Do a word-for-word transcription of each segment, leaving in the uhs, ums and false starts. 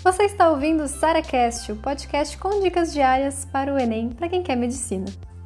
Você está ouvindo o SaraCast, o podcast com dicas diárias para o Enem para quem quer medicina.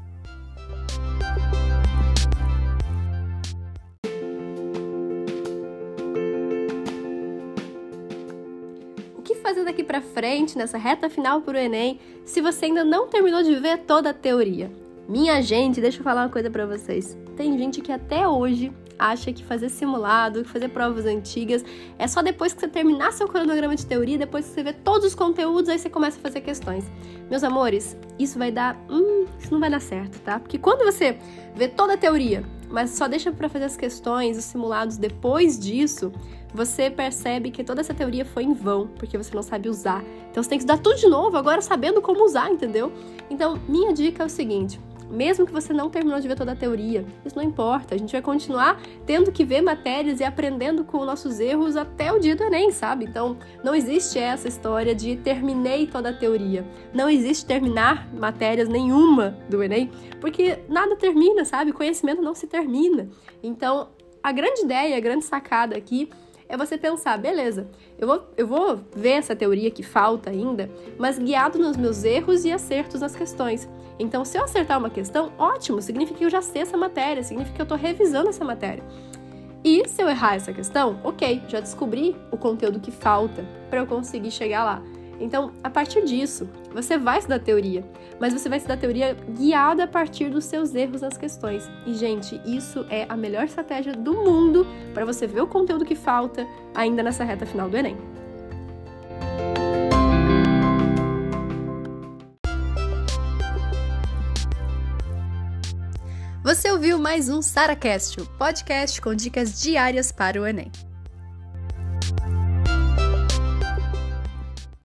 O que fazer daqui para frente, nessa reta final para o Enem, se você ainda não terminou de ver toda a teoria? Minha gente, deixa eu falar uma coisa para vocês. Tem gente que até hoje acha que fazer simulado, que fazer provas antigas, é só depois que você terminar seu cronograma de teoria, depois que você vê todos os conteúdos, aí você começa a fazer questões. Meus amores, isso vai dar... Hum, isso não vai dar certo, tá? Porque quando você vê toda a teoria, mas só deixa para fazer as questões, os simulados depois disso, você percebe que toda essa teoria foi em vão, porque você não sabe usar. Então você tem que estudar tudo de novo, agora sabendo como usar, entendeu? Então, minha dica é o seguinte: mesmo que você não terminou de ver toda a teoria, isso não importa, a gente vai continuar tendo que ver matérias e aprendendo com nossos erros até o dia do Enem, sabe? Então, não existe essa história de terminei toda a teoria. Não existe terminar matérias nenhuma do Enem, porque nada termina, sabe? Conhecimento não se termina. Então, a grande ideia, a grande sacada aqui é você pensar, beleza, eu vou, eu vou ver essa teoria que falta ainda, mas guiado nos meus erros e acertos nas questões. Então, se eu acertar uma questão, ótimo, significa que eu já sei essa matéria, significa que eu estou revisando essa matéria. E se eu errar essa questão, ok, já descobri o conteúdo que falta para eu conseguir chegar lá. Então, a partir disso, você vai estudar teoria, mas você vai estudar teoria guiada a partir dos seus erros nas questões. E, gente, isso é a melhor estratégia do mundo para você ver o conteúdo que falta ainda nessa reta final do Enem. Você ouviu mais um SaraCast, o podcast com dicas diárias para o Enem.